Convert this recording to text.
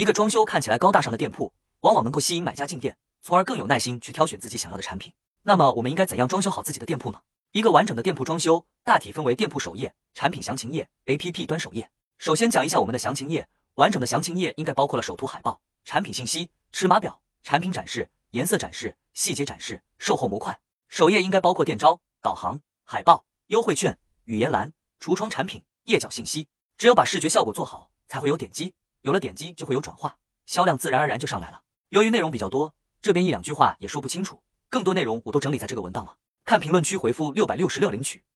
一个装修看起来高大上的店铺，往往能够吸引买家进店，从而更有耐心去挑选自己想要的产品。那么我们应该怎样装修好自己的店铺呢？一个完整的店铺装修大体分为店铺首页、产品详情页、APP 端首页。首先讲一下我们的详情页，完整的详情页应该包括了首图海报、产品信息、尺码表、产品展示、颜色展示、细节展示、售后模块。首页应该包括店招、导航、海报、优惠券、语言栏、橱窗产品、页脚信息。只有把视觉效果做好，才会有点击，有了点击就会有转化，销量自然而然就上来了。由于内容比较多，这边一两句话也说不清楚，更多内容我都整理在这个文档了。看评论区回复666领取。